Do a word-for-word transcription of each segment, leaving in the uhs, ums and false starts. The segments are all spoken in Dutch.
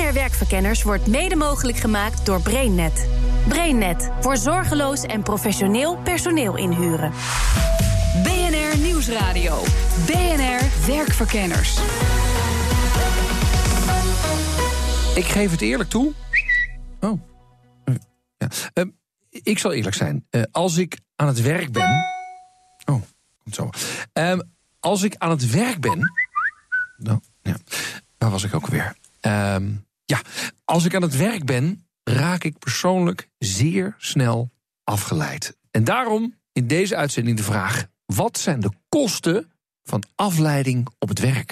R Werkverkenners wordt mede mogelijk gemaakt door BrainNet. BrainNet, voor zorgeloos en professioneel personeel inhuren. B N R Nieuwsradio. B N R Werkverkenners. Ik geef het eerlijk toe. Oh. Ja. Uh, ik zal eerlijk zijn. Uh, als ik aan het werk ben... Oh, komt zo. Uh, als ik aan het werk ben... Nou, ja. Waar was ik ook alweer? Uh, ja, als ik aan het werk ben... raak ik persoonlijk zeer snel afgeleid. En daarom in deze uitzending de vraag... wat zijn de kosten van afleiding op het werk?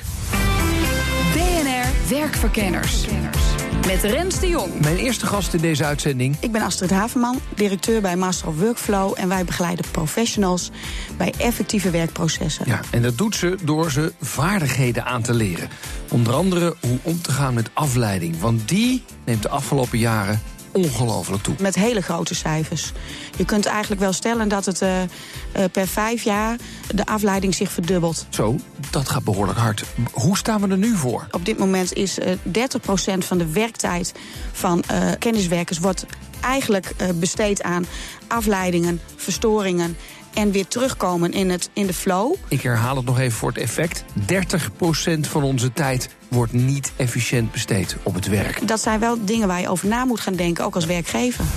B N R Werkverkenners. Met Rens de Jong. Mijn eerste gast in deze uitzending. Ik ben Astrid Haverman, directeur bij Master of Workflow... en wij begeleiden professionals bij effectieve werkprocessen. Ja, en dat doet ze door ze vaardigheden aan te leren. Onder andere hoe om te gaan met afleiding. Want die neemt de afgelopen jaren ongelooflijk toe. Met hele grote cijfers. Je kunt eigenlijk wel stellen dat het uh, uh, per vijf jaar de afleiding zich verdubbelt. Zo, dat gaat behoorlijk hard. Hoe staan we er nu voor? Op dit moment is uh, dertig procent van de werktijd van uh, kenniswerkers... wordt eigenlijk uh, besteed aan afleidingen, verstoringen... en weer terugkomen in, het, in de flow. Ik herhaal het nog even voor het effect. dertig procent van onze tijd wordt niet efficiënt besteed op het werk. Dat zijn wel dingen waar je over na moet gaan denken, ook als werkgever.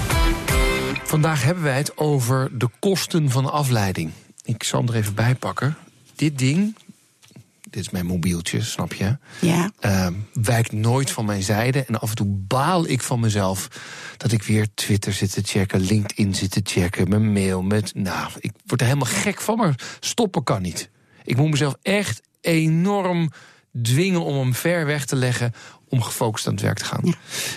Vandaag hebben wij het over de kosten van afleiding. Ik zal hem er even bij pakken. Dit ding, dit is mijn mobieltje, snap je? Ja. Uh, wijkt nooit van mijn zijde. En af en toe baal ik van mezelf dat ik weer Twitter zit te checken, LinkedIn zit te checken, mijn mail met... Nou, ik word er helemaal gek van, maar stoppen kan niet. Ik moet mezelf echt enorm dwingen om hem ver weg te leggen om gefocust aan het werk te gaan. Ja.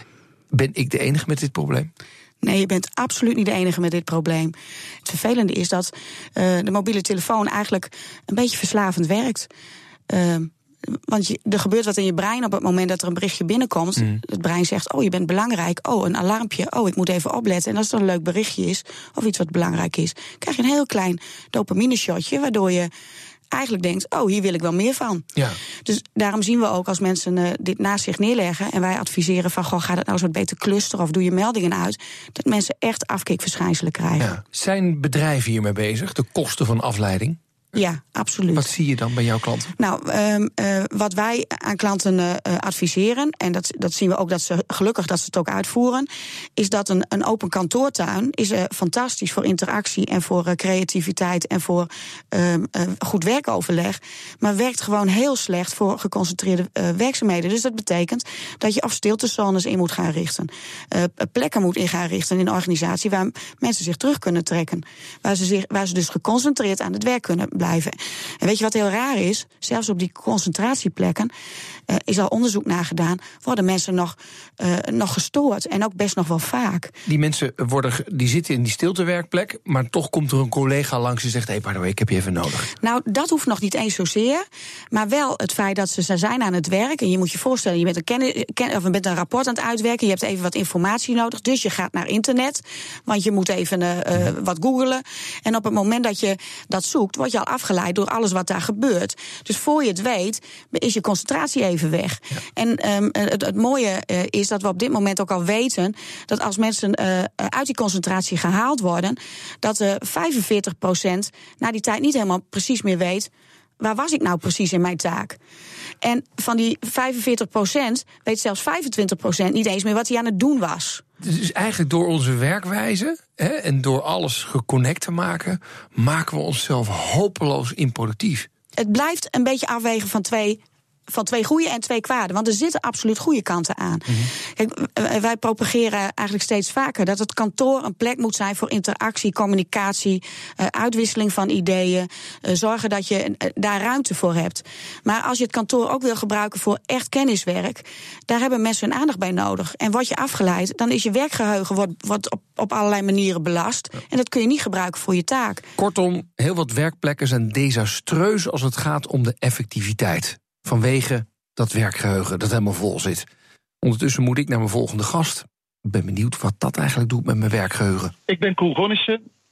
Ben ik de enige met dit probleem? Nee, je bent absoluut niet de enige met dit probleem. Het vervelende is dat uh, de mobiele telefoon eigenlijk een beetje verslavend werkt. Uh, want je, er gebeurt wat in je brein op het moment dat er een berichtje binnenkomt. Mm. Het brein zegt, oh, je bent belangrijk. Oh, een alarmpje. Oh, ik moet even opletten. En als het een leuk berichtje is, of iets wat belangrijk is, krijg je een heel klein dopamine-shotje, waardoor je eigenlijk denkt, oh, hier wil ik wel meer van. Ja. Dus daarom zien we ook als mensen uh, dit naast zich neerleggen en wij adviseren van, goh, ga dat nou eens wat beter clusteren of doe je meldingen uit, dat mensen echt afkikverschijnselen krijgen. Ja. Zijn bedrijven hiermee bezig, de kosten van afleiding? Ja, absoluut. Wat zie je dan bij jouw klanten? Nou, um, uh, wat wij aan klanten uh, adviseren, en dat, dat zien we ook dat ze gelukkig dat ze het ook uitvoeren, is dat een, een open kantoortuin is uh, fantastisch voor interactie en voor uh, creativiteit en voor um, uh, goed werkoverleg, maar werkt gewoon heel slecht voor geconcentreerde uh, werkzaamheden. Dus dat betekent dat je of stiltezones in moet gaan richten, uh, plekken moet in gaan richten in een organisatie waar mensen zich terug kunnen trekken, waar ze, zich, waar ze dus geconcentreerd aan het werk kunnen blijven. En weet je wat heel raar is? Zelfs op die concentratieplekken uh, is al onderzoek naar gedaan, worden mensen nog, uh, nog gestoord. En ook best nog wel vaak. Die mensen worden, die zitten in die stiltewerkplek, maar toch komt er een collega langs en zegt, hé, hey, by the way, ik heb je even nodig. Nou, dat hoeft nog niet eens zozeer. Maar wel het feit dat ze zijn aan het werk. En je moet je voorstellen, je bent een, ken, ken, of je bent een rapport aan het uitwerken. Je hebt even wat informatie nodig. Dus je gaat naar internet. Want je moet even uh, wat googlen. En op het moment dat je dat zoekt, word je al afgeleid door alles wat daar gebeurt. Dus voor je het weet, is je concentratie even weg. Ja. En um, het, het mooie uh, is dat we op dit moment ook al weten dat als mensen uh, uit die concentratie gehaald worden, dat uh, vijfenveertig procent na die tijd niet helemaal precies meer weet, waar was ik nou precies in mijn taak? En van die vijfenveertig procent weet zelfs vijfentwintig procent niet eens meer wat hij aan het doen was. Dus eigenlijk door onze werkwijze, hè, en door alles geconnect te maken, maken we onszelf hopeloos improductief. Het blijft een beetje afwegen van twee, van twee goede en twee kwade. Want er zitten absoluut goede kanten aan. Mm-hmm. Kijk, wij propageren eigenlijk steeds vaker dat het kantoor een plek moet zijn voor interactie, communicatie, uh, uitwisseling van ideeën. Uh, zorgen dat je uh, daar ruimte voor hebt. Maar als je het kantoor ook wil gebruiken voor echt kenniswerk, daar hebben mensen hun aandacht bij nodig. En word je afgeleid, dan is je werkgeheugen wordt, wordt op, op allerlei manieren belast. Ja. En dat kun je niet gebruiken voor je taak. Kortom, heel wat werkplekken zijn desastreus als het gaat om de effectiviteit. Vanwege dat werkgeheugen dat helemaal vol zit. Ondertussen moet ik naar mijn volgende gast. Ik ben benieuwd wat dat eigenlijk doet met mijn werkgeheugen. Ik ben Koen Gonnissen.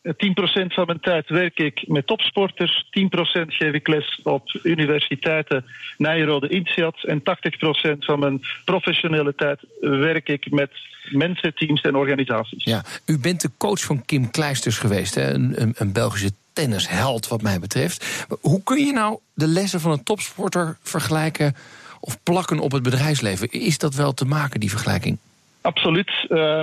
tien procent van mijn tijd werk ik met topsporters, tien procent geef ik les op universiteiten Nijrode Insiat en tachtig procent van mijn professionele tijd werk ik met mensen, teams en organisaties. Ja, u bent de coach van Kim Clijsters geweest, hè? Een, een, een Belgische tennisheld wat mij betreft. Hoe kun je nou de lessen van een topsporter vergelijken of plakken op het bedrijfsleven? Is dat wel te maken, die vergelijking? Absoluut. Uh,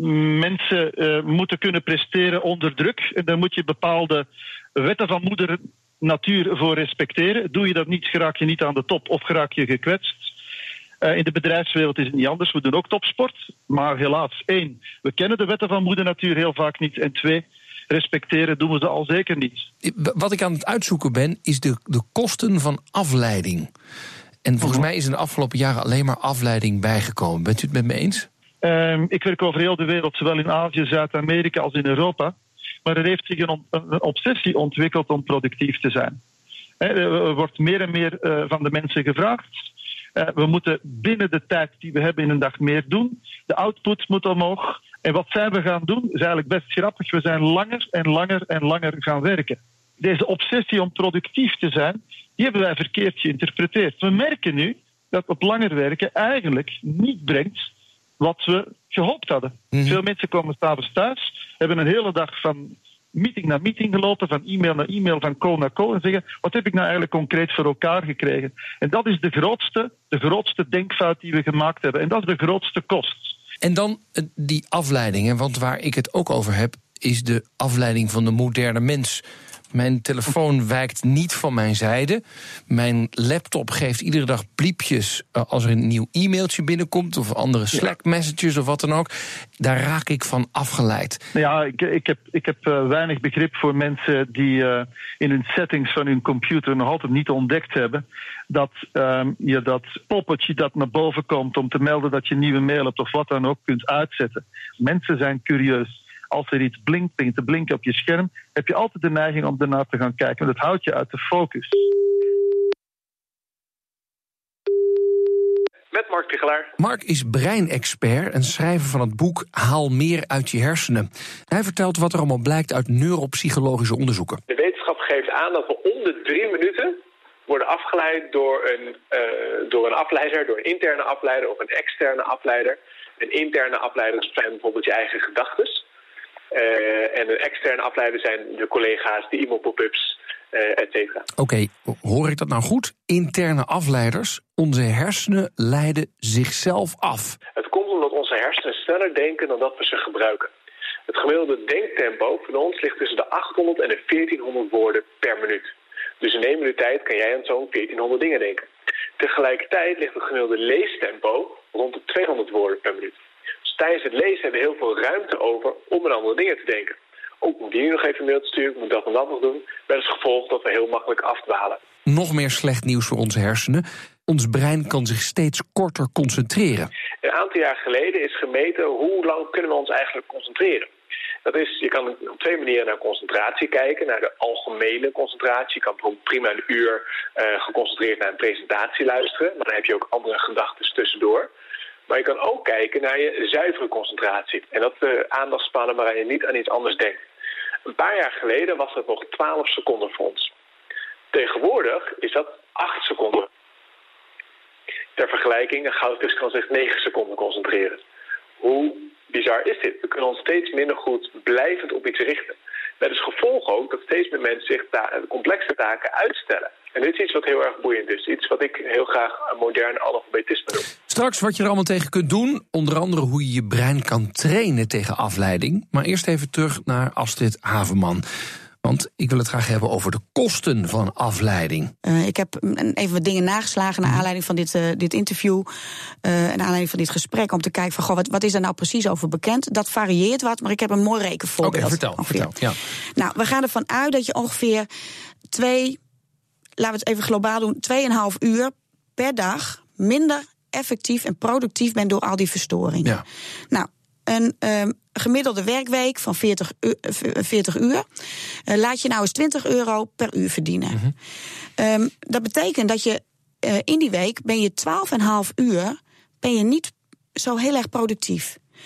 mensen uh, moeten kunnen presteren onder druk. En daar moet je bepaalde wetten van moeder natuur voor respecteren. Doe je dat niet, geraak je niet aan de top of geraak je gekwetst. Uh, in de bedrijfswereld is het niet anders. We doen ook topsport. Maar helaas, één, we kennen de wetten van moeder natuur heel vaak niet. En twee, respecteren doen we ze al zeker niet. Wat ik aan het uitzoeken ben, is de, de kosten van afleiding. En volgens mij is in de afgelopen jaren alleen maar afleiding bijgekomen. Bent u het met me eens? Um, ik werk over heel de wereld, zowel in Azië, Zuid-Amerika als in Europa. Maar er heeft zich een, een obsessie ontwikkeld om productief te zijn. He, er wordt meer en meer uh, van de mensen gevraagd. Uh, we moeten binnen de tijd die we hebben in een dag meer doen. De output moet omhoog. En wat zijn we gaan doen? Is eigenlijk best grappig. We zijn langer en langer en langer gaan werken. Deze obsessie om productief te zijn, die hebben wij verkeerd geïnterpreteerd. We merken nu dat op langer werken eigenlijk niet brengt wat we gehoopt hadden. Mm-hmm. Veel mensen komen 's avonds thuis, hebben een hele dag van meeting naar meeting gelopen, van e-mail naar e-mail, van call naar call en zeggen, wat heb ik nou eigenlijk concreet voor elkaar gekregen? En dat is de grootste, de grootste denkfout die we gemaakt hebben. En dat is de grootste kost. En dan die afleidingen, want waar ik het ook over heb, is de afleiding van de moderne mens. Mijn telefoon wijkt niet van mijn zijde. Mijn laptop geeft iedere dag bliepjes als er een nieuw e-mailtje binnenkomt of andere Slack-messages of wat dan ook. Daar raak ik van afgeleid. Ja, ik, ik heb, ik heb uh, weinig begrip voor mensen die uh, in hun settings van hun computer nog altijd niet ontdekt hebben dat uh, je dat poppetje dat naar boven komt om te melden dat je een nieuwe mail hebt of wat dan ook kunt uitzetten. Mensen zijn curieus. Als er iets blinkt, begint te blinken op je scherm, heb je altijd de neiging om ernaar te gaan kijken. Want dat houdt je uit de focus. Met Mark Tichelaar. Mark is breinexpert en schrijver van het boek Haal meer uit je hersenen. Hij vertelt wat er allemaal blijkt uit neuropsychologische onderzoeken. De wetenschap geeft aan dat we om de drie minuten worden afgeleid door een, uh, door een afleider, door een interne afleider of een externe afleider. Een interne afleider zijn bijvoorbeeld je eigen gedachten. Uh, en de externe afleiders zijn de collega's, de e-mail-pop-ups, uh, et cetera. Oké, okay, hoor ik dat nou goed? Interne afleiders, onze hersenen leiden zichzelf af. Het komt omdat onze hersenen sneller denken dan dat we ze gebruiken. Het gemiddelde denktempo van ons ligt tussen de achthonderd en de veertienhonderd woorden per minuut. Dus in één minuut tijd kan jij aan zo'n veertienhonderd dingen denken. Tegelijkertijd ligt het gemiddelde leestempo rond de tweehonderd woorden per minuut. Dus tijdens het lezen hebben we heel veel ruimte over om aan andere dingen te denken. Ook moet die nog even een mail te sturen, moet dat en dat nog doen. Met als gevolg dat we heel makkelijk afdwalen. Nog meer slecht nieuws voor onze hersenen. Ons brein kan zich steeds korter concentreren. Een aantal jaar geleden is gemeten hoe lang kunnen we ons eigenlijk concentreren. Dat is, je kan op twee manieren naar concentratie kijken. Naar de algemene concentratie. Je kan bijvoorbeeld prima een uur uh, geconcentreerd naar een presentatie luisteren. Maar dan heb je ook andere gedachten tussendoor. Maar je kan ook kijken naar je zuivere concentratie. En dat de aandachtspannen waarin je niet aan iets anders denkt. Een paar jaar geleden was dat nog twaalf seconden voor ons. Tegenwoordig is dat acht seconden. Ter vergelijking, een goudvis kan zich negen seconden concentreren. Hoe bizar is dit? We kunnen ons steeds minder goed blijvend op iets richten. Met als gevolg ook dat steeds meer mensen zich ta- complexe taken uitstellen. En dit is iets wat heel erg boeiend is. Iets wat ik heel graag aan moderne analfabetisme doe. Straks wat je er allemaal tegen kunt doen. Onder andere hoe je je brein kan trainen tegen afleiding. Maar eerst even terug naar Astrid Haverman. Want ik wil het graag hebben over de kosten van afleiding. Uh, ik heb even wat dingen nageslagen naar aanleiding van dit, uh, dit interview. Uh, en naar aanleiding van dit gesprek. Om te kijken van, goh, wat, wat is er nou precies over bekend? Dat varieert wat, maar ik heb een mooi rekenvoorbeeld. Oké, okay, vertel. vertel ja. Nou, we gaan ervan uit dat je ongeveer twee, laten we het even globaal doen, tweeënhalf uur per dag minder effectief en productief bent door al die verstoringen. Ja. Nou, een um, gemiddelde werkweek van veertig, u- veertig uur. Uh, laat je nou eens twintig euro per uur verdienen. Mm-hmm. Um, dat betekent dat je uh, in die week ben je twaalf en een half uur ben je niet zo heel erg productief.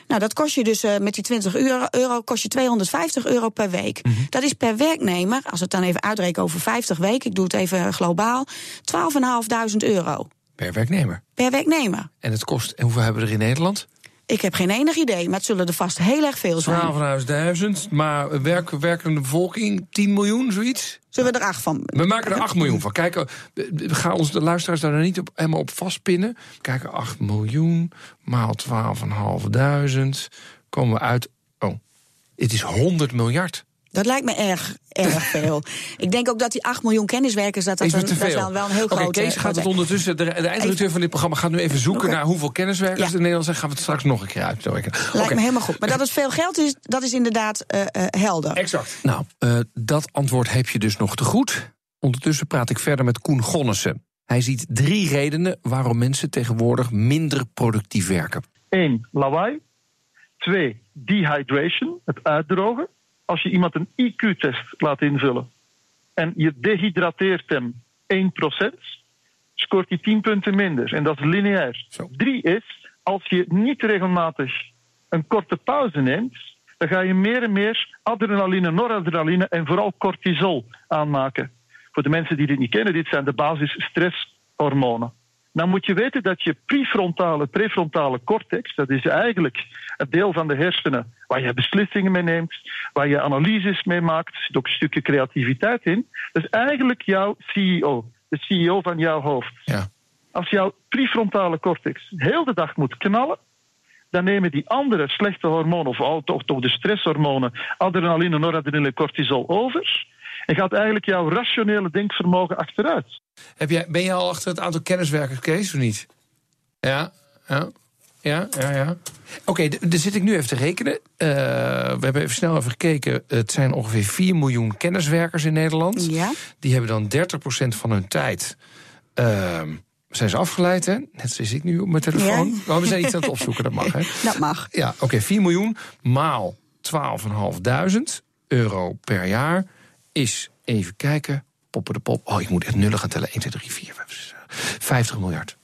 Nou, dat kost je dus uh, met die twintig euro kost je tweehonderdvijftig euro per week. Mm-hmm. Dat is per werknemer, als we het dan even uitrekenen over vijftig weken, ik doe het even globaal, twaalfduizend vijfhonderd euro. Per werknemer? Per werknemer. En het kost, en hoeveel hebben we er in Nederland? Ik heb geen enig idee, maar het zullen er vast heel erg veel zijn. twaalfduizend, maar werk, werkende bevolking tien miljoen, zoiets? Zullen we er acht van? We maken er acht miljoen van. Kijk, we gaan ons de luisteraars daar niet op, helemaal op vastpinnen. Kijken, acht miljoen maal twaalfduizend, komen we uit. Oh, het is honderd miljard. Dat lijkt me erg, erg veel. Ik denk ook dat die acht miljoen kenniswerkers, dat dat, is een, te veel. dat is wel, wel een heel okay, groot... Kees gaat het ondertussen, de, de eindredacteur van dit programma gaat nu even zoeken naar hoeveel kenniswerkers ja. in Nederland zijn. Gaan we het straks nog een keer uitwerken. Lijkt okay. me helemaal goed. Maar dat het veel geld is, dat is inderdaad uh, uh, helder. Exact. Nou, uh, dat antwoord heb je dus nog te goed. Ondertussen praat ik verder met Koen Gonnissen. Hij ziet drie redenen waarom mensen tegenwoordig minder productief werken. Eén, lawaai. Twee, dehydration, het uitdrogen. Als je iemand een I Q-test laat invullen en je dehydrateert hem één procent, scoort hij tien punten minder. En dat is lineair. Zo. Drie is, als je niet regelmatig een korte pauze neemt, dan ga je meer en meer adrenaline, noradrenaline en vooral cortisol aanmaken. Voor de mensen die dit niet kennen, dit zijn de basis-stresshormonen. Dan moet je weten dat je prefrontale, prefrontale cortex, dat is eigenlijk het deel van de hersenen waar je beslissingen mee neemt, waar je analyses mee maakt, er zit ook een stukje creativiteit in. Dat is eigenlijk jouw C E O, de C E O van jouw hoofd. Ja. Als jouw prefrontale cortex heel de dag moet knallen, dan nemen die andere slechte hormonen, of toch, toch de stresshormonen, adrenaline, noradrenaline, cortisol over. En gaat eigenlijk jouw rationele denkvermogen achteruit. Heb jij, ben je al achter het aantal kenniswerkers, Kees, of niet? Ja, ja, ja, ja. ja. Oké, okay, daar zit ik nu even te rekenen. Uh, we hebben even snel even gekeken. Het zijn ongeveer vier miljoen kenniswerkers in Nederland. Ja. Die hebben dan dertig procent van hun tijd... Uh, zijn ze afgeleid, hè? Net zoals ik nu op mijn telefoon. Ja. Oh, we zijn iets aan het opzoeken, dat mag, hè? Dat mag. Ja, oké, okay, vier miljoen maal twaalfduizend vijfhonderd euro per jaar... is, even kijken, poppen de pop. Oh, ik moet echt nullen gaan tellen. één, twee, drie, vier, vijf, zes, vijftig miljard.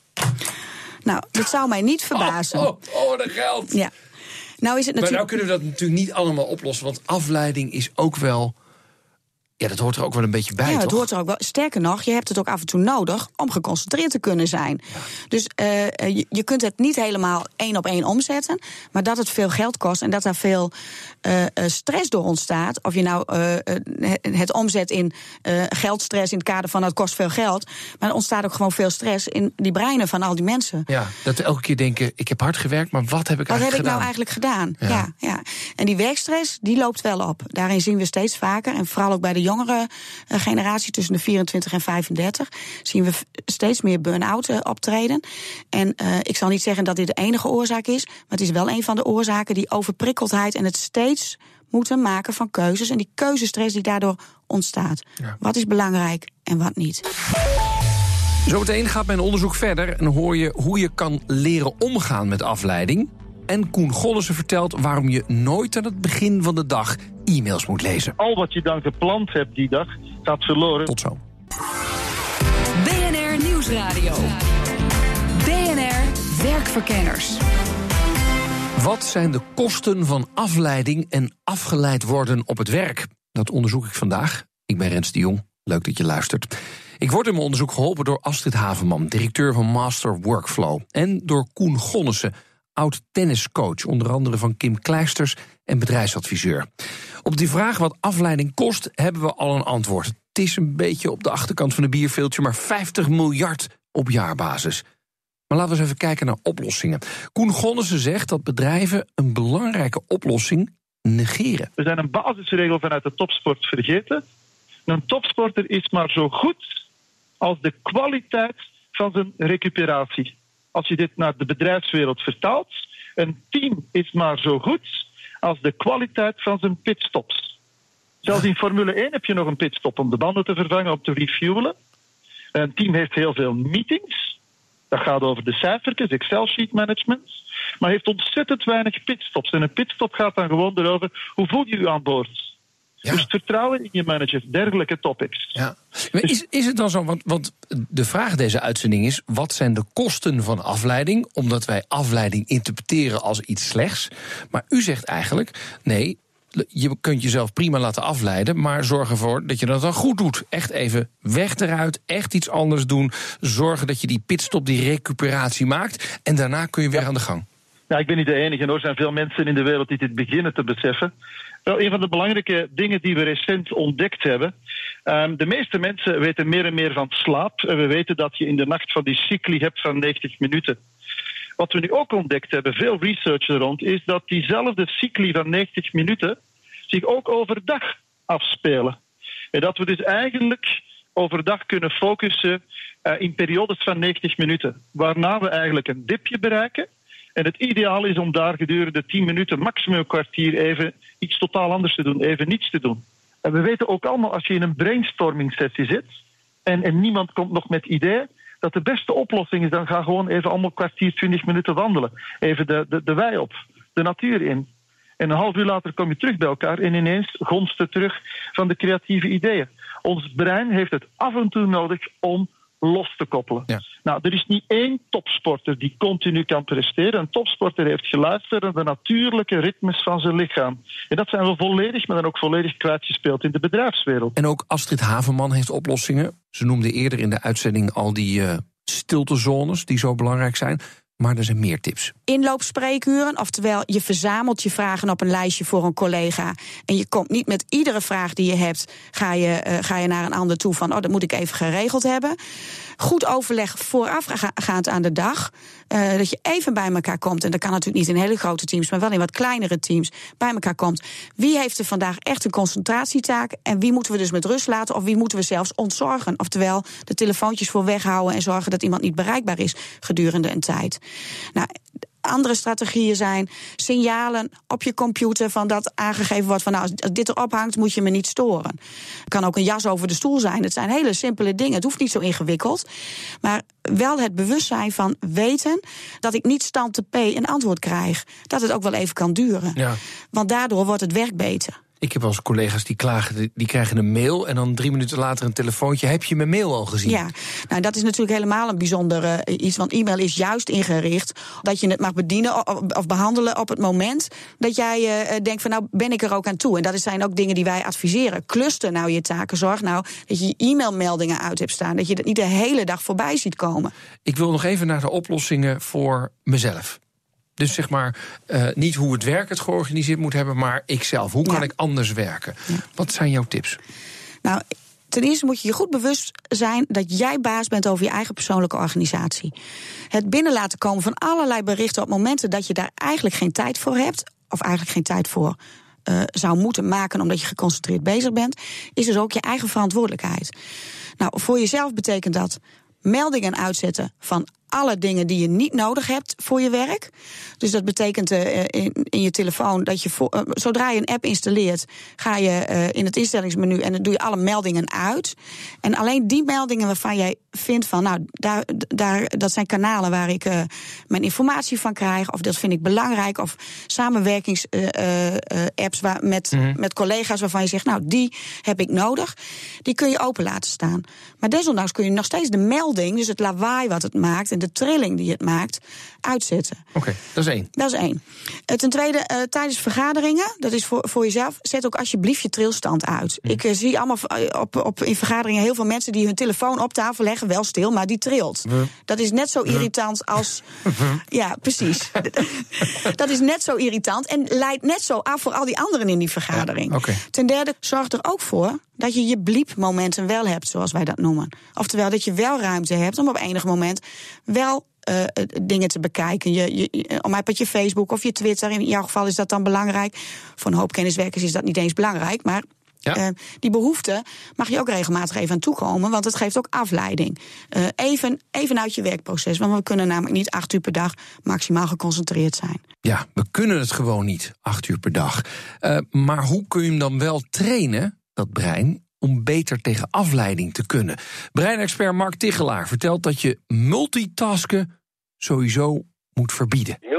Nou, dat zou mij niet verbazen. Oh, oh, oh dat geld. Ja. Nou is het natuurlijk... Maar nou kunnen we dat natuurlijk niet allemaal oplossen. Want afleiding is ook wel... Ja, dat hoort er ook wel een beetje bij, ja, toch? Het hoort er ook wel. Sterker nog, je hebt het ook af en toe nodig om geconcentreerd te kunnen zijn. Ja. Dus uh, je, je kunt het niet helemaal één op één omzetten, maar dat het veel geld kost en dat daar veel uh, stress door ontstaat. Of je nou uh, het omzet in uh, geldstress in het kader van het kost veel geld, maar er ontstaat ook gewoon veel stress in die breinen van al die mensen. Ja, dat we elke keer denken, ik heb hard gewerkt, maar wat heb ik wat eigenlijk heb gedaan? Wat heb ik nou eigenlijk gedaan? Ja. Ja, ja. En die werkstress, die loopt wel op. Daarin zien we steeds vaker, en vooral ook bij de jongere uh, generatie tussen de vierentwintig en vijfendertig... zien we steeds meer burn-out uh, optreden. En uh, ik zal niet zeggen dat dit de enige oorzaak is, maar het is wel een van de oorzaken, die overprikkeldheid en het steeds moeten maken van keuzes en die keuzestress die daardoor ontstaat. Ja. Wat is belangrijk en wat niet? Zometeen gaat mijn onderzoek verder en hoor je hoe je kan leren omgaan met afleiding. En Koen Gonnissen vertelt waarom je nooit aan het begin van de dag e-mails moet lezen. Al wat je dan gepland hebt die dag, gaat verloren. Tot zo. B N R Nieuwsradio. B N R Werkverkenners. Wat zijn de kosten van afleiding en afgeleid worden op het werk? Dat onderzoek ik vandaag. Ik ben Rens de Jong. Leuk dat je luistert. Ik word in mijn onderzoek geholpen door Astrid Haverman, directeur van Master Workflow. En door Koen Gonnissen, oud-tenniscoach, onder andere van Kim Kleisters en bedrijfsadviseur. Op die vraag wat afleiding kost, hebben we al een antwoord. Het is een beetje op de achterkant van een bierveeltje, maar vijftig miljard op jaarbasis. Maar laten we eens even kijken naar oplossingen. Koen Gonnissen zegt dat bedrijven een belangrijke oplossing negeren. We zijn een basisregel vanuit de topsport vergeten. Een topsporter is maar zo goed als de kwaliteit van zijn recuperatie. Als je dit naar de bedrijfswereld vertaalt, een team is maar zo goed als de kwaliteit van zijn pitstops. Zelfs in Formule één heb je nog een pitstop om de banden te vervangen, om te refuelen. Een team heeft heel veel meetings. Dat gaat over de cijfertjes, Excel-sheet management. Maar heeft ontzettend weinig pitstops. En een pitstop gaat dan gewoon erover, hoe voel je je aan boord? Ja. Dus vertrouwen in je manager, dergelijke topics. Ja. Maar is, is het dan zo, want, want de vraag deze uitzending is, wat zijn de kosten van afleiding? Omdat wij afleiding interpreteren als iets slechts. Maar u zegt eigenlijk, nee, je kunt jezelf prima laten afleiden, maar zorg ervoor dat je dat dan goed doet. Echt even weg eruit, echt iets anders doen. Zorgen dat je die pitstop, die recuperatie maakt. En daarna kun je weer ja. aan de gang. Ja, ik ben niet de enige. Er zijn veel mensen in de wereld die dit beginnen te beseffen. Wel, een van de belangrijke dingen die we recent ontdekt hebben. Um, de meeste mensen weten meer en meer van slaap. En we weten dat je in de nacht van die cycli hebt van negentig minuten. Wat we nu ook ontdekt hebben, veel research er rond, is dat diezelfde cycli van negentig minuten zich ook overdag afspelen. En dat we dus eigenlijk overdag kunnen focussen uh, in periodes van negentig minuten. Waarna we eigenlijk een dipje bereiken. En het ideaal is om daar gedurende tien minuten, maximum een kwartier, even iets totaal anders te doen, even niets te doen. En we weten ook allemaal, als je in een brainstorming sessie zit en, en niemand komt nog met ideeën, dat de beste oplossing is, dan ga gewoon even allemaal kwartier, twintig minuten wandelen. Even de, de, de wei op, de natuur in. En een half uur later kom je terug bij elkaar en ineens gonst het terug van de creatieve ideeën. Ons brein heeft het af en toe nodig om los te koppelen. Ja. Nou, er is niet één topsporter die continu kan presteren. Een topsporter heeft geluisterd naar de natuurlijke ritmes van zijn lichaam. En dat zijn we volledig, maar dan ook volledig kwijtgespeeld in de bedrijfswereld. En ook Astrid Haverman heeft oplossingen. Ze noemde eerder in de uitzending al die uh, stiltezones die zo belangrijk zijn. Maar er zijn meer tips. Inloopspreekuren, oftewel je verzamelt je vragen op een lijstje voor een collega. En je komt niet met iedere vraag die je hebt, ga je, uh, ga je naar een ander toe van, oh, dat moet ik even geregeld hebben. Goed overleg voorafgaand aan de dag. Uh, dat je even bij elkaar komt. En dat kan natuurlijk niet in hele grote teams, maar wel in wat kleinere teams bij elkaar komt. Wie heeft er vandaag echt een concentratietaak? En wie moeten we dus met rust laten? Of wie moeten we zelfs ontzorgen? Oftewel de telefoontjes voor weghouden en zorgen dat iemand niet bereikbaar is gedurende een tijd. Nou, andere strategieën zijn signalen op je computer van dat aangegeven wordt van, nou, als dit erop hangt, moet je me niet storen. Het kan ook een jas over de stoel zijn. Het zijn hele simpele dingen. Het hoeft niet zo ingewikkeld. Maar wel het bewustzijn van weten dat ik niet stand te P een antwoord krijg. Dat het ook wel even kan duren. Ja. Want daardoor wordt het werk beter. Ik heb wel eens collega's die klagen, die krijgen een mail en dan drie minuten later een telefoontje. Heb je mijn mail al gezien? Ja, nou dat is natuurlijk helemaal een bijzonder uh, iets. Want e-mail is juist ingericht dat je het mag bedienen of behandelen op het moment dat jij uh, denkt van, nou ben ik er ook aan toe. En dat zijn ook dingen die wij adviseren. Cluster nou je taken. Zorg nou dat je je e-mailmeldingen uit hebt staan. Dat je dat niet de hele dag voorbij ziet komen. Ik wil nog even naar de oplossingen voor mezelf. Dus zeg maar, uh, niet hoe het werk het georganiseerd moet hebben, maar ikzelf. Hoe kan ja. ik anders werken? Ja. Wat zijn jouw tips? Nou, ten eerste moet je je goed bewust zijn dat jij baas bent over je eigen persoonlijke organisatie. Het binnen laten komen van allerlei berichten op momenten dat je daar eigenlijk geen tijd voor hebt, of eigenlijk geen tijd voor uh, zou moeten maken omdat je geconcentreerd bezig bent, is dus ook je eigen verantwoordelijkheid. Nou, voor jezelf betekent dat meldingen uitzetten van alle dingen die je niet nodig hebt voor je werk. Dus dat betekent uh, in, in je telefoon dat je voor, uh, zodra je een app installeert, ga je uh, in het instellingsmenu en dan doe je alle meldingen uit. En alleen die meldingen waarvan jij vindt van, nou, daar, daar, dat zijn kanalen waar ik uh, mijn informatie van krijg, of dat vind ik belangrijk, of samenwerkingsapps uh, uh, apps waar met, mm-hmm. met collega's waarvan je zegt, nou, die heb ik nodig. Die kun je open laten staan. Maar desondanks kun je nog steeds de melding, dus het lawaai wat het maakt en de trilling die het maakt, uitzetten. Oké, okay, dat is één. Dat is één. Uh, ten tweede, uh, tijdens vergaderingen, dat is voor, voor jezelf, zet ook alsjeblieft je trilstand uit. Mm. Ik uh, zie allemaal op, op, in vergaderingen heel veel mensen die hun telefoon op tafel leggen, wel stil, maar die trilt. Mm. Dat is net zo irritant als... ja, precies. Dat is net zo irritant en leidt net zo af voor al die anderen in die vergadering. Ja, okay. Ten derde, zorg er ook voor dat je je bliepmomenten wel hebt, zoals wij dat noemen. Oftewel dat je wel ruimte hebt om op enig moment wel uh, dingen te bekijken. Je, je, om op je Facebook of je Twitter, in jouw geval is dat dan belangrijk. Voor een hoop kenniswerkers is dat niet eens belangrijk, maar ja. uh, die behoefte mag je ook regelmatig even aan toekomen, want het geeft ook afleiding. Uh, even, even uit je werkproces, want we kunnen namelijk niet acht uur per dag maximaal geconcentreerd zijn. Ja, we kunnen het gewoon niet, acht uur per dag. Uh, maar hoe kun je hem dan wel trainen, dat brein, om beter tegen afleiding te kunnen? Breinexpert Mark Tichelaar vertelt dat je multitasken sowieso moet verbieden. Multitasking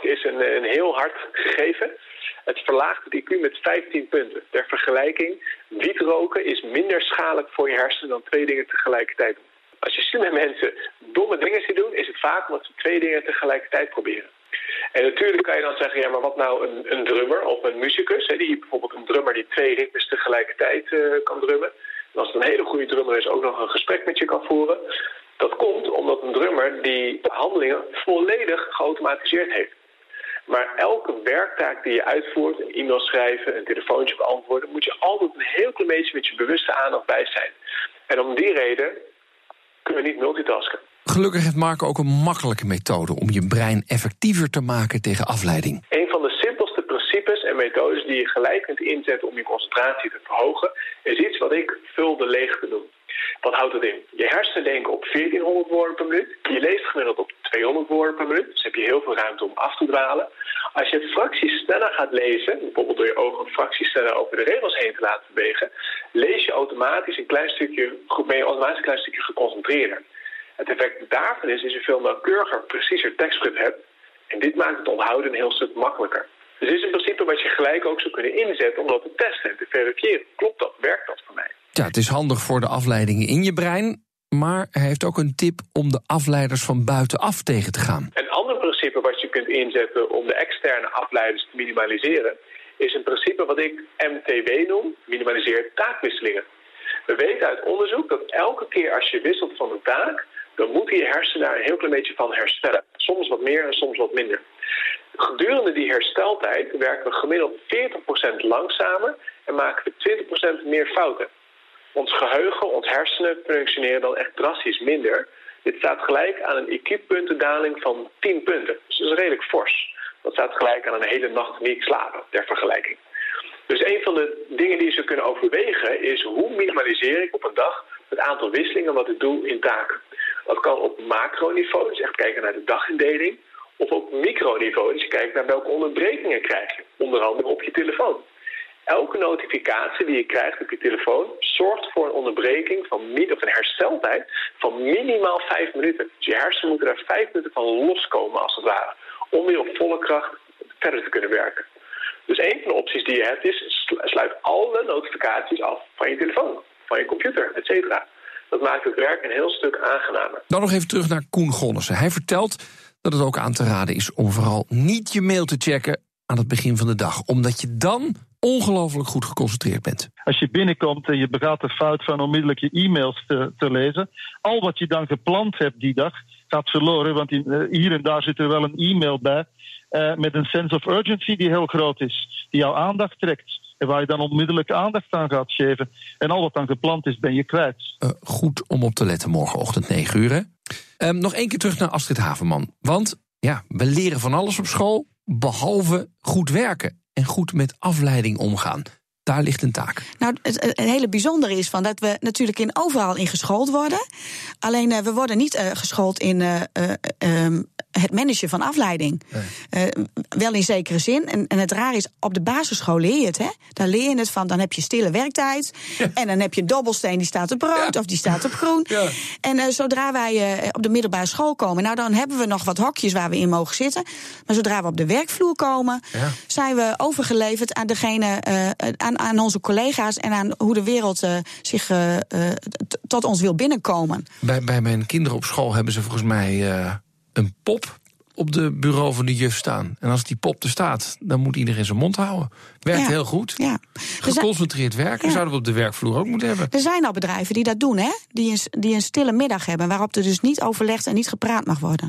is een, een heel hard gegeven. Het verlaagt het I Q met vijftien punten. Ter vergelijking, wietroken is minder schadelijk voor je hersenen dan twee dingen tegelijkertijd doen. Als je slimme mensen domme dingen ziet doen, is het vaak omdat ze twee dingen tegelijkertijd proberen. En natuurlijk kan je dan zeggen, ja, maar wat nou een, een drummer of een muzikus? Hè, die bijvoorbeeld een drummer die twee ritmes tegelijkertijd uh, kan drummen. En als het een hele goede drummer is, ook nog een gesprek met je kan voeren. Dat komt omdat een drummer die handelingen volledig geautomatiseerd heeft. Maar elke werktaak die je uitvoert, een e-mail schrijven, een telefoontje beantwoorden, moet je altijd een heel klein beetje met je bewuste aandacht bij zijn. En om die reden kunnen we niet multitasken. Gelukkig heeft Marco ook een makkelijke methode om je brein effectiever te maken tegen afleiding. Een van de simpelste principes en methodes die je gelijk kunt inzetten om je concentratie te verhogen, is iets wat ik vul de leegte noem. Wat houdt het in? Je hersenen denken op veertienhonderd woorden per minuut. Je leest gemiddeld op tweehonderd woorden per minuut. Dus heb je heel veel ruimte om af te dwalen. Als je het fracties sneller gaat lezen, bijvoorbeeld door je ogen een fractie sneller over de regels heen te laten bewegen, lees je automatisch een klein stukje, ben je automatisch een klein stukje geconcentreerder. Het effect daarvan is dat je veel nauwkeuriger, preciezer tekstschrift hebt. En dit maakt het onthouden een heel stuk makkelijker. Dus dit is in principe wat je gelijk ook zou kunnen inzetten om dat te testen en te verifiëren. Klopt dat? Werkt dat voor mij? Ja, het is handig voor de afleidingen in je brein, maar hij heeft ook een tip om de afleiders van buitenaf tegen te gaan. Een ander principe wat je kunt inzetten om de externe afleiders te minimaliseren, is een principe wat ik M T W noem, minimaliseer taakwisselingen. We weten uit onderzoek dat elke keer als je wisselt van een taak, dan moeten je hersenen daar een heel klein beetje van herstellen. Soms wat meer en soms wat minder. Gedurende die hersteltijd werken we gemiddeld veertig procent langzamer en maken we twintig procent meer fouten. Ons geheugen, ons hersenen functioneren dan echt drastisch minder. Dit staat gelijk aan een I Q-puntendaling van tien punten. Dus dat is redelijk fors. Dat staat gelijk aan een hele nacht niet slapen, ter vergelijking. Dus een van de dingen die je zou kunnen overwegen is hoe minimaliseer ik op een dag het aantal wisselingen wat ik doe in taken. Dat kan op macroniveau, dus echt kijken naar de dagindeling, of op microniveau, dus je kijkt naar welke onderbrekingen krijg je, onder andere op je telefoon. Elke notificatie die je krijgt op je telefoon zorgt voor een onderbreking van of een hersteltijd van minimaal vijf minuten. Dus je hersenen moeten daar vijf minuten van loskomen als het ware, om weer op volle kracht verder te kunnen werken. Dus een van de opties die je hebt is, sluit alle notificaties af van je telefoon, van je computer, et cetera. Dat maakt het werk een heel stuk aangenamer. Dan nog even terug naar Koen Gonnissen. Hij vertelt dat het ook aan te raden is om vooral niet je mail te checken aan het begin van de dag, omdat je dan ongelooflijk goed geconcentreerd bent. Als je binnenkomt en je begaat de fout van onmiddellijk je e-mails te, te lezen, al wat je dan gepland hebt die dag gaat verloren, want in, uh, hier en daar zit er wel een e-mail bij uh, met een sense of urgency die heel groot is, die jouw aandacht trekt en waar je dan onmiddellijk aandacht aan gaat geven. En al wat dan gepland is, ben je kwijt. Uh, goed om op te letten morgenochtend negen uur. Hè? Um, nog één keer terug naar Astrid Haverman. Want ja, we leren van alles op school, behalve goed werken en goed met afleiding omgaan. Daar ligt een taak. Nou, het, het hele bijzondere is van dat we natuurlijk in overal in geschoold worden. Alleen uh, we worden niet uh, geschoold in uh, uh, um, het managen van afleiding. Nee. Uh, wel in zekere zin. En, en het raar is, op de basisschool leer je het. Hè? Daar leer je het van, dan heb je stille werktijd. Ja. En dan heb je dobbelsteen die staat op rood ja. of die staat op groen. Ja. En uh, zodra wij uh, op de middelbare school komen, nou dan hebben we nog wat hokjes waar we in mogen zitten. Maar zodra we op de werkvloer komen, ja. zijn we overgeleverd aan degene, uh, aan aan onze collega's en aan hoe de wereld uh, zich uh, uh, t- tot ons wil binnenkomen. Bij, bij mijn kinderen op school hebben ze volgens mij uh, een pop op de bureau van de juf staan. En als die pop er staat, dan moet iedereen zijn mond houden. Werkt ja. heel goed. Ja. Geconcentreerd werken ja. zouden we op de werkvloer ook moeten hebben. Er zijn al bedrijven die dat doen, hè? Die een, die een stille middag hebben, waarop er dus niet overlegd en niet gepraat mag worden.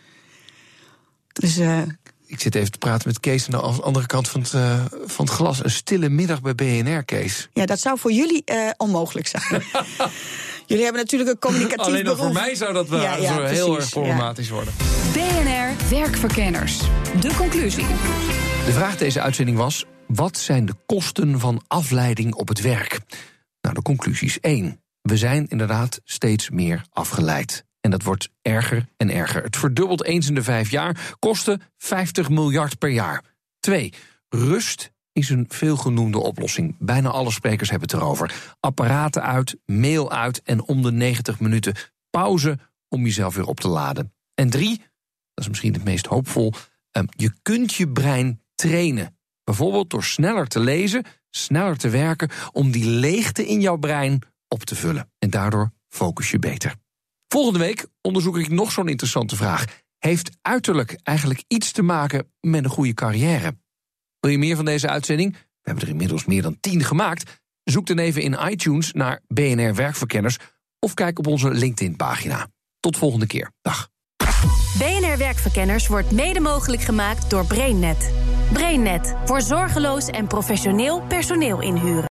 Dus Uh, Ik zit even te praten met Kees aan de andere kant van het, uh, van het glas. Een stille middag bij B N R, Kees. Ja, dat zou voor jullie uh, onmogelijk zijn. Jullie hebben natuurlijk een communicatief Alleen dan beroep. voor mij zou dat wel ja, ja, heel erg problematisch ja. worden. B N R Werkverkenners. De conclusie. De vraag deze uitzending was: wat zijn de kosten van afleiding op het werk? Nou, de conclusie is één. We zijn inderdaad steeds meer afgeleid. En dat wordt erger en erger. Het verdubbelt eens in de vijf jaar, kosten vijftig miljard per jaar. Twee, rust is een veelgenoemde oplossing. Bijna alle sprekers hebben het erover. Apparaten uit, mail uit en om de negentig minuten pauze om jezelf weer op te laden. En drie, dat is misschien het meest hoopvol, Um, je kunt je brein trainen. Bijvoorbeeld door sneller te lezen, sneller te werken, om die leegte in jouw brein op te vullen. En daardoor focus je beter. Volgende week onderzoek ik nog zo'n interessante vraag. Heeft uiterlijk eigenlijk iets te maken met een goede carrière? Wil je meer van deze uitzending? We hebben er inmiddels meer dan tien gemaakt. Zoek dan even in iTunes naar B N R Werkverkenners of kijk op onze LinkedIn-pagina. Tot volgende keer. Dag. B N R Werkverkenners wordt mede mogelijk gemaakt door BrainNet. BrainNet voor zorgeloos en professioneel personeel inhuren.